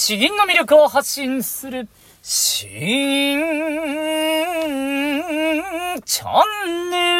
詩吟の魅力を発信する詩吟チャンネ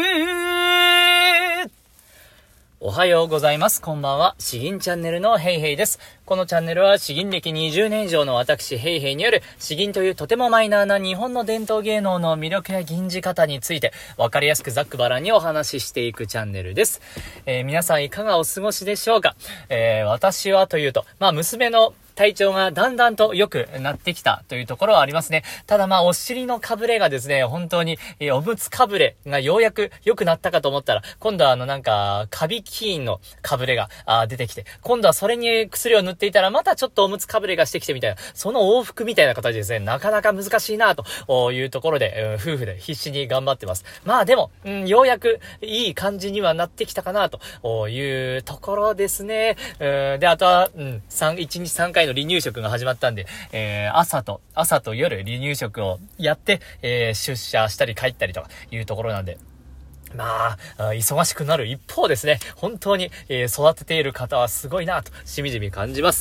ル。おはようございます。こんばんは。詩吟チャンネルのヘイヘイです。このチャンネルは詩吟歴20年以上の私ヘイヘイによる詩吟というとてもマイナーな日本の伝統芸能の魅力や吟じ方についてわかりやすくざっくばらんにお話ししていくチャンネルです。皆さんいかがお過ごしでしょうか。私はというと、娘の体調がだんだんと良くなってきたというところはありますね。ただお尻のかぶれがですね、本当に、おむつかぶれがようやく良くなったかと思ったら、今度はカビ菌のかぶれが出てきて、今度はそれに薬を塗っていたら、またちょっとおむつかぶれがしてきてみたいな、その往復みたいな形ですね、なかなか難しいなというところで、夫婦で必死に頑張ってます。でも、ようやくいい感じにはなってきたかなというところですね。で、あとは、1日3回の離乳食が始まったんで、朝と夜離乳食をやって、出社したり帰ったりとかいうところなんで、忙しくなる一方ですね。本当に、育てている方はすごいなとしみじみ感じます。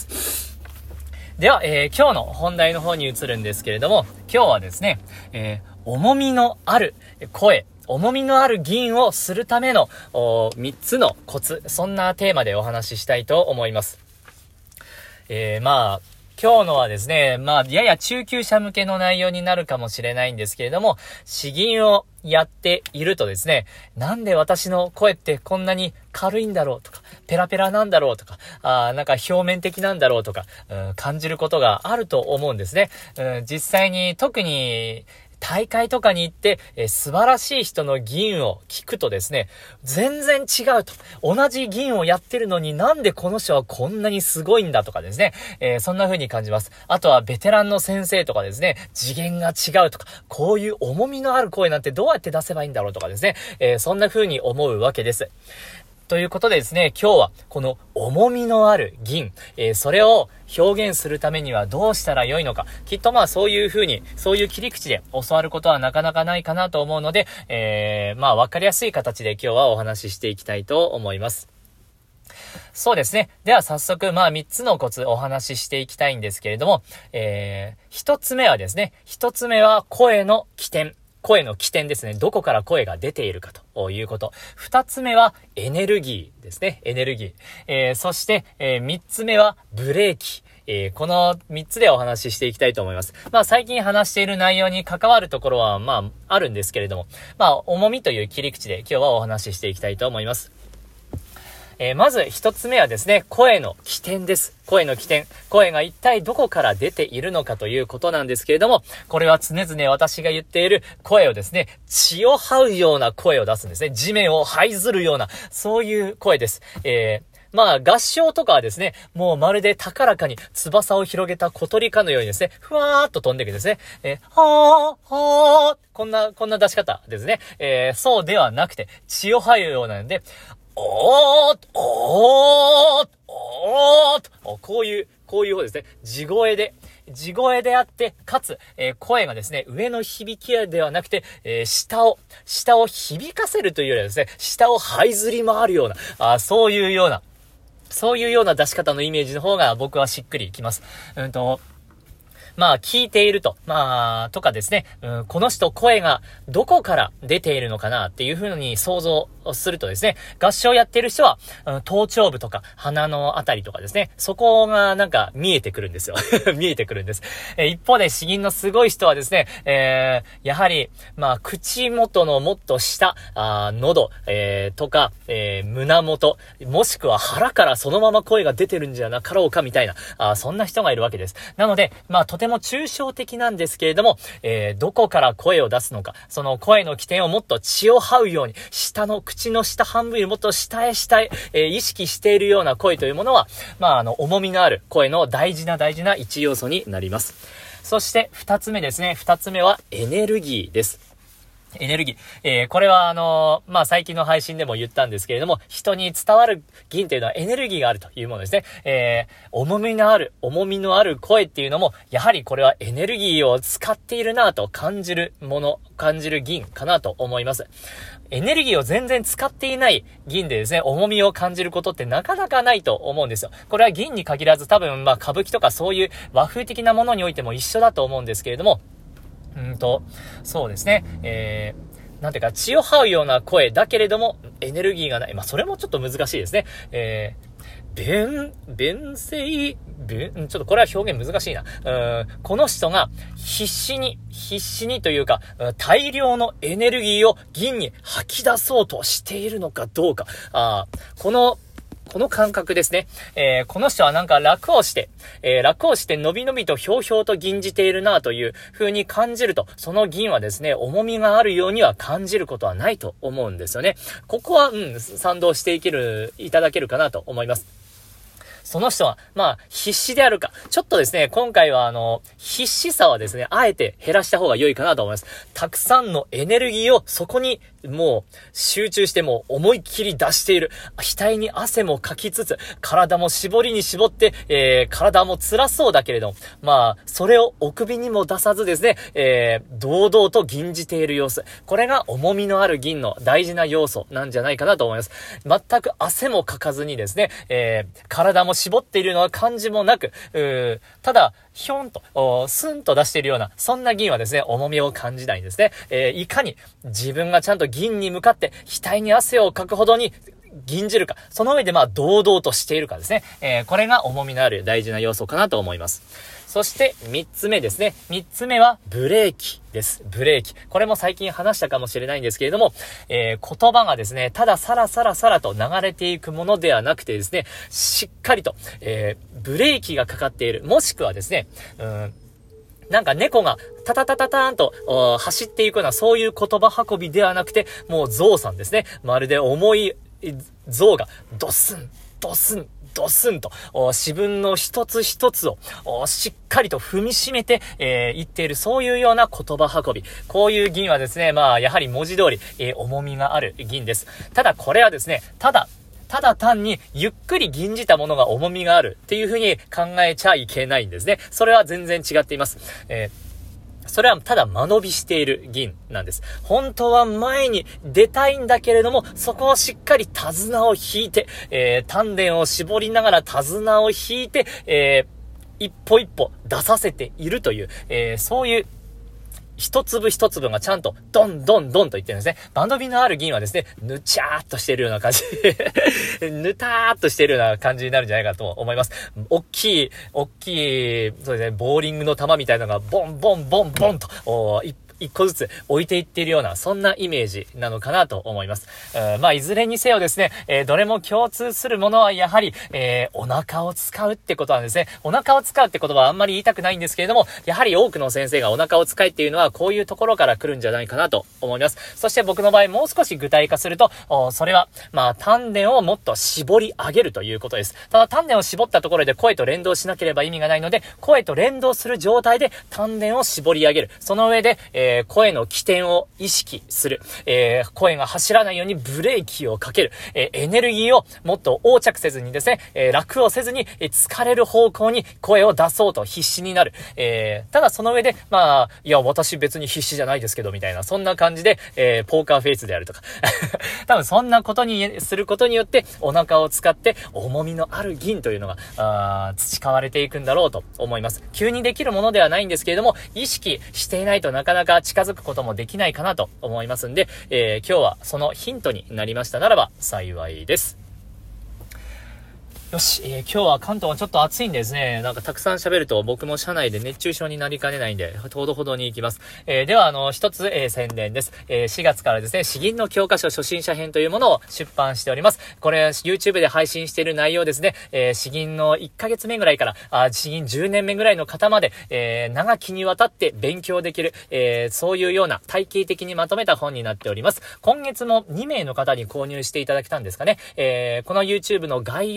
では、今日の本題の方に移るんですけれども、今日はですね、重みのある声、重みのある吟をするための3つのコツ、そんなテーマでお話ししたいと思います。今日のはですね、やや中級者向けの内容になるかもしれないんですけれども、詩吟をやっているとですね、なんで私の声ってこんなに軽いんだろうとか、ペラペラなんだろうとか、表面的なんだろうとか、感じることがあると思うんですね。実際に特に大会とかに行って、素晴らしい人の吟を聞くとですね、全然違うと。同じ吟をやってるのになんでこの人はこんなにすごいんだとかですね、そんな風に感じます。あとはベテランの先生とかですね、次元が違うとか、こういう重みのある声なんてどうやって出せばいいんだろうとかですね、そんな風に思うわけです。ということでですね、今日はこの重みのある吟、それを表現するためにはどうしたらよいのか、きっとそういう風に、そういう切り口で教わることはなかなかないかなと思うので、わかりやすい形で今日はお話ししていきたいと思います。そうですね。では早速、3つのコツお話ししていきたいんですけれども、1つ目はですね、1つ目は声の起点。声の起点ですね。どこから声が出ているかということ。二つ目はエネルギーですね。エネルギー。そして、三つ目はブレーキ。この三つでお話ししていきたいと思います。最近話している内容に関わるところは、あるんですけれども、重みという切り口で今日はお話ししていきたいと思います。まず一つ目はですね、声の起点です。声の起点。声が一体どこから出ているのかということなんですけれども、これは常々私が言っている声をですね、血を這うような声を出すんですね。地面を這いずるような、そういう声です。合唱とかはですね、もうまるで高らかに翼を広げた小鳥かのようにですね、ふわーっと飛んでいくんですね。はー、こんな出し方ですね。そうではなくて、血を這うようなので、おーっおーっおーっこういう方ですね。地声であって、かつ、声がですね、上の響きではなくて、下を響かせるというよりはですね、下を這いずり回るような、そういうような出し方のイメージの方が僕はしっくりきます。聞いていると、とかですね、この人声がどこから出ているのかなっていう風に想像するとですね、合唱やっている人は、頭頂部とか鼻のあたりとかですね、そこが見えてくるんですよ。見えてくるんです。一方で詩吟のすごい人はですね、やはり、口元のもっと下、喉、とか、胸元、もしくは腹からそのまま声が出てるんじゃなかろうかみたいな、そんな人がいるわけです。なので、とても抽象的なんですけれども、どこから声を出すのか、その声の起点をもっと血を這うように、口の下半分よりもっと下へ、意識しているような声というものは、重みのある声の大事な一要素になります。そして二つ目ですね。二つ目はエネルギーです。 エネルギー。これは最近の配信でも言ったんですけれども、人に伝わる銀というのはエネルギーがあるというものですね。重みのある声っていうのも、やはりこれはエネルギーを使っているなと感じる銀かなと思います。エネルギーを全然使っていない銀でですね、重みを感じることってなかなかないと思うんですよ。これは銀に限らず多分歌舞伎とかそういう和風的なものにおいても一緒だと思うんですけれども、そうですね。なんていうか、血を這うような声だけれども、エネルギーがない。それもちょっと難しいですね。ちょっとこれは表現難しいな。この人が必死にというか、大量のエネルギーを銀に吐き出そうとしているのかどうか。この感覚ですね。この人はなんか楽をしてのびのびとひょうひょうと吟じているなという風に感じると、その銀はですね、重みがあるようには感じることはないと思うんですよね。ここは、賛同していただけるかなと思います。その人は、必死であるか。ちょっとですね、今回は必死さはですね、あえて減らした方が良いかなと思います。たくさんのエネルギーをそこにもう集中してもう思いっきり出している。額に汗もかきつつ、体も絞りに絞って、体も辛そうだけれども、それをお首にも出さずですね、堂々と吟じている様子。これが重みのある銀の大事な要素なんじゃないかなと思います。全く汗もかかずにですね、体も絞っているのは感じもなく、ただ、ひょんと、スンと出しているような、そんな銀はですね、重みを感じないんですね。いかに自分がちゃんと銀に向かって、額に汗をかくほどに、吟じるか、その上で堂々としているかですね。これが重みのある大事な要素かなと思います。そして3つ目ですね。3つ目はブレーキです。ブレーキ。これも最近話したかもしれないんですけれども、言葉がですね、ただサラサラサラと流れていくものではなくてですね、しっかりと、ブレーキがかかっている。もしくはですね、なんか猫がタタタタターンと走っていくようなそういう言葉運びではなくて、もう象さんですね。まるで重い象がドスン、ドスン、ドスンと自分の一つ一つをしっかりと踏みしめて、言っているそういうような言葉運び。こういう銀はですね、やはり文字通り、重みがある銀です。ただこれはですね、ただ単にゆっくり吟じたものが重みがあるっていう風に考えちゃいけないんですね。それは全然違っています。それはただ間延びしている銀なんです。本当は前に出たいんだけれども、そこをしっかり手綱を引いて、丹田を絞りながら手綱を引いて、一歩一歩出させているという、そういう一粒一粒がちゃんとドンドンドンと言ってるんですね。間延びのある銀はですね、ぬちゃーっとしているような感じぬたーっとしているような感じになるんじゃないかと思います。大きい、そうですね、ボーリングの球みたいなのがボンボンボンボンと、一個ずつ置いていっているような、そんなイメージなのかなと思います。いずれにせよですね、どれも共通するものはやはり、お腹を使うってことなんですね。お腹を使うって言葉はあんまり言いたくないんですけれども、やはり多くの先生がお腹を使いっていうのはこういうところから来るんじゃないかなと思います。そして僕の場合もう少し具体化すると、それは、丹田をもっと絞り上げるということです。ただ丹田を絞ったところで声と連動しなければ意味がないので、声と連動する状態で丹田を絞り上げる。その上で、声の起点を意識する、声が走らないようにブレーキをかける、エネルギーをもっと横着せずにですね、楽をせずに、疲れる方向に声を出そうと必死になる、ただその上でいや私別に必死じゃないですけどみたいなそんな感じで、ポーカーフェイスであるとか多分そんなことにすることによってお腹を使って重みのある銀というのが培われていくんだろうと思います。急にできるものではないんですけれども、意識していないとなかなか近づくこともできないかなと思いますんで、今日はそのヒントになりましたならば幸いです。よし、今日は関東はちょっと暑いんですね。なんかたくさん喋ると僕も車内で熱中症になりかねないんで、ほどほどに行きます。では一つ、宣伝です。4月からですね、詩吟の教科書初心者編というものを出版しております。これ YouTube で配信している内容ですね、詩吟の1ヶ月目ぐらいから詩吟10年目ぐらいの方まで、長きにわたって勉強できる、そういうような体系的にまとめた本になっております。今月も2名の方に購入していただけたんですかね。この YouTube の概要欄と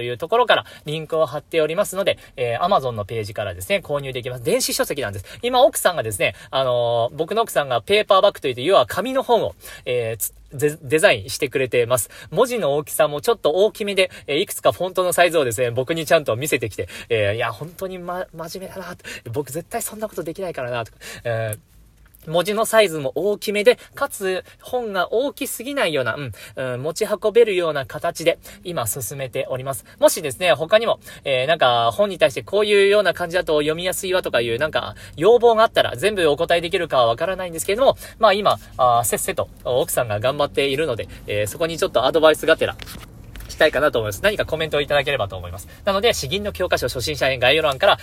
というところからリンクを貼っておりますので、Amazon のページからですね、購入できます。電子書籍なんです。今奥さんがですね、僕の奥さんがペーパーバッグといって、要は紙の本を、デザインしてくれてます。文字の大きさもちょっと大きめで、いくつかフォントのサイズをですね、僕にちゃんと見せてきて、いや、本当に真面目だなと。僕絶対そんなことできないからなとか、文字のサイズも大きめで、かつ本が大きすぎないような、持ち運べるような形で今進めております。もしですね、他にも、なんか本に対してこういうような感じだと読みやすいわとかいうなんか要望があったら全部お答えできるかはわからないんですけれども、まあ今、せっせと奥さんが頑張っているので、そこにちょっとアドバイスがてら、したいかなと思います。何かコメントをいただければと思います。なので、詩吟の教科書初心者へ概要欄から、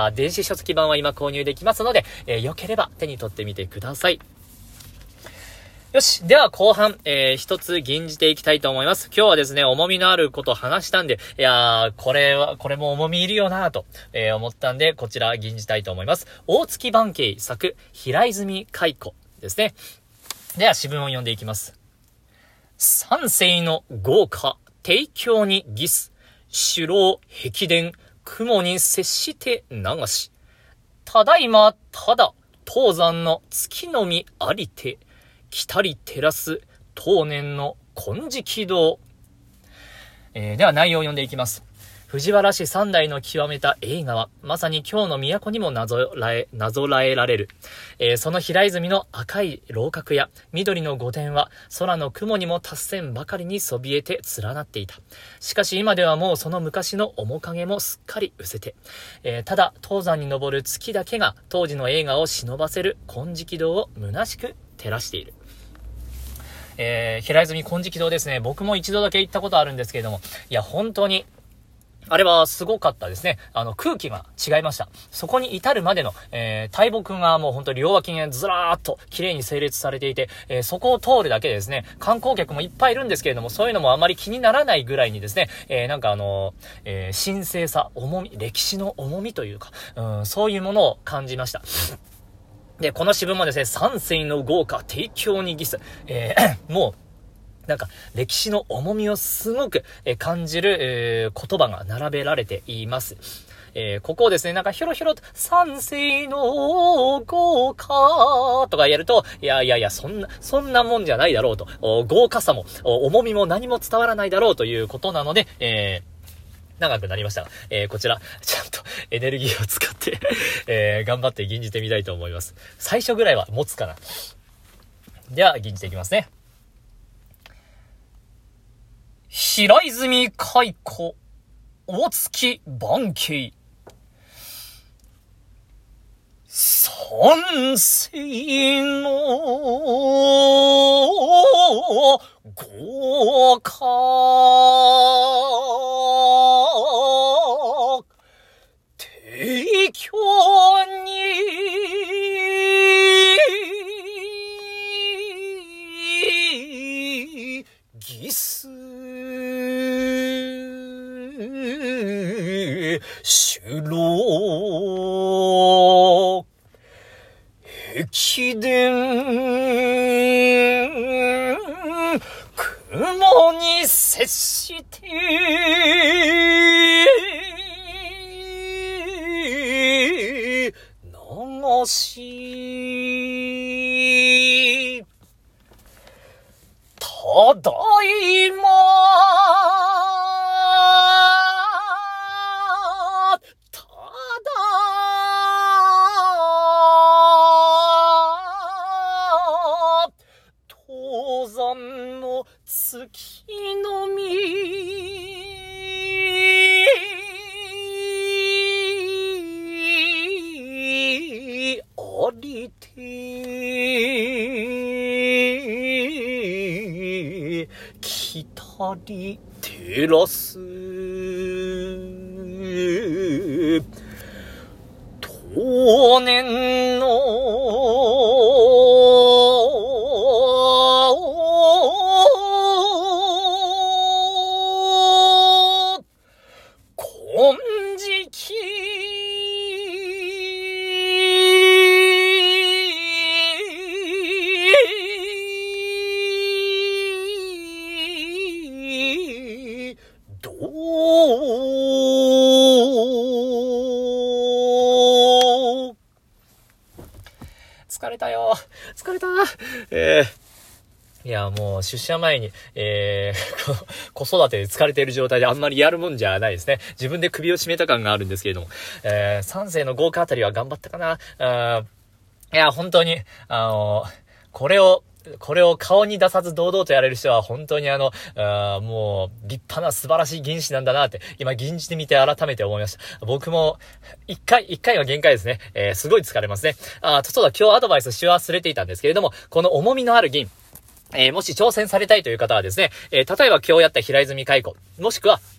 電子書籍版は今購入できますので、良ければ手に取ってみてください。よし。では後半、一つ吟じていきたいと思います。今日はですね、重みのあることを話したんで、いやー、これも重みいるよなぁと、思ったんで、こちら吟じたいと思います。大月晩慶作、平泉開古ですね。では詩文を読んでいきます。三世の豪華、提供に儀す、首楼壁殿、雲に接して流し、ただいまただ、東山の月のみありて、来たり照らす、当年の金色堂。では内容を読んでいきます。藤原氏三代の極めた栄華は、まさに今日の都にもなぞらえられる。その平泉の赤い楼閣や緑の御殿は、空の雲にも達せんばかりにそびえて連なっていた。しかし今ではもうその昔の面影もすっかり失せて、ただ東山に昇る月だけが当時の栄華を忍ばせる金色堂を虚しく照らしている。平泉金色堂ですね。僕も一度だけ行ったことあるんですけれども、いや本当にあれはすごかったですね。空気が違いました。そこに至るまでの、大木がもう本当両脇にずらーっと綺麗に整列されていて、そこを通るだけでですね、観光客もいっぱいいるんですけれども、そういうのもあまり気にならないぐらいにですね、なんか神聖さ、重み、歴史の重みというか、そういうものを感じました。で、この詩文もですね、三世の豪華、提供に儀す。もう、なんか歴史の重みをすごく感じる言葉が並べられています。ここをですね、なんかひょろひょろと三世の豪華とかやると、いや、そんなもんじゃないだろうと、豪華さも重みも何も伝わらないだろうということなので、長くなりましたが、こちら、ちゃんとエネルギーを使って、頑張って吟じてみたいと思います。最初ぐらいは持つかな。では、吟じていきますね。平泉開古、大月晩慶。三世の豪華、提供に儀す。首楼壁殿、雲に接して流し、ただいま月のみありて、来たり照らす当年の金色どうれたよ。疲れた。いや、もう出社前に、子育てで疲れている状態であんまりやるもんじゃないですね。自分で首を絞めた感があるんですけれども、3世の豪華あたりは頑張ったかな。いや、本当に、これを顔に出さず堂々とやれる人は本当にもう立派な素晴らしい銀士なんだなって今銀じてみて改めて思いました。僕も一回は限界ですね。すごい疲れますね。そうだ、今日アドバイスし忘れていたんですけれども、この重みのある銀、もし挑戦されたいという方はですね、例えば今日やった平泉開湖、もしくは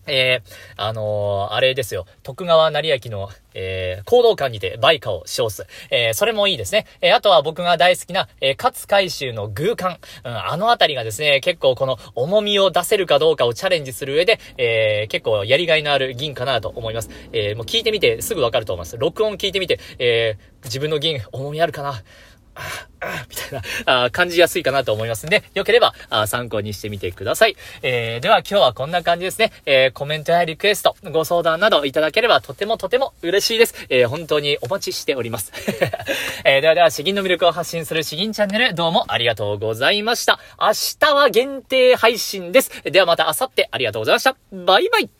あれですよ。徳川成明の、講道館にて梅花を称す。それもいいですね。あとは僕が大好きな、勝海舟の偶感。あのあたりがですね、結構この重みを出せるかどうかをチャレンジする上で、結構やりがいのある銀かなと思います。もう聞いてみてすぐわかると思います。録音聞いてみて、自分の銀重みあるかなみたいな感じやすいかなと思いますんで、よければ参考にしてみてください。では今日はこんな感じですね。コメントやリクエスト、ご相談などいただければとても嬉しいです。本当にお待ちしております。では詩吟の魅力を発信する詩吟チャンネル、どうもありがとうございました。明日は限定配信です。ではまた明後日ありがとうございました。バイバイ。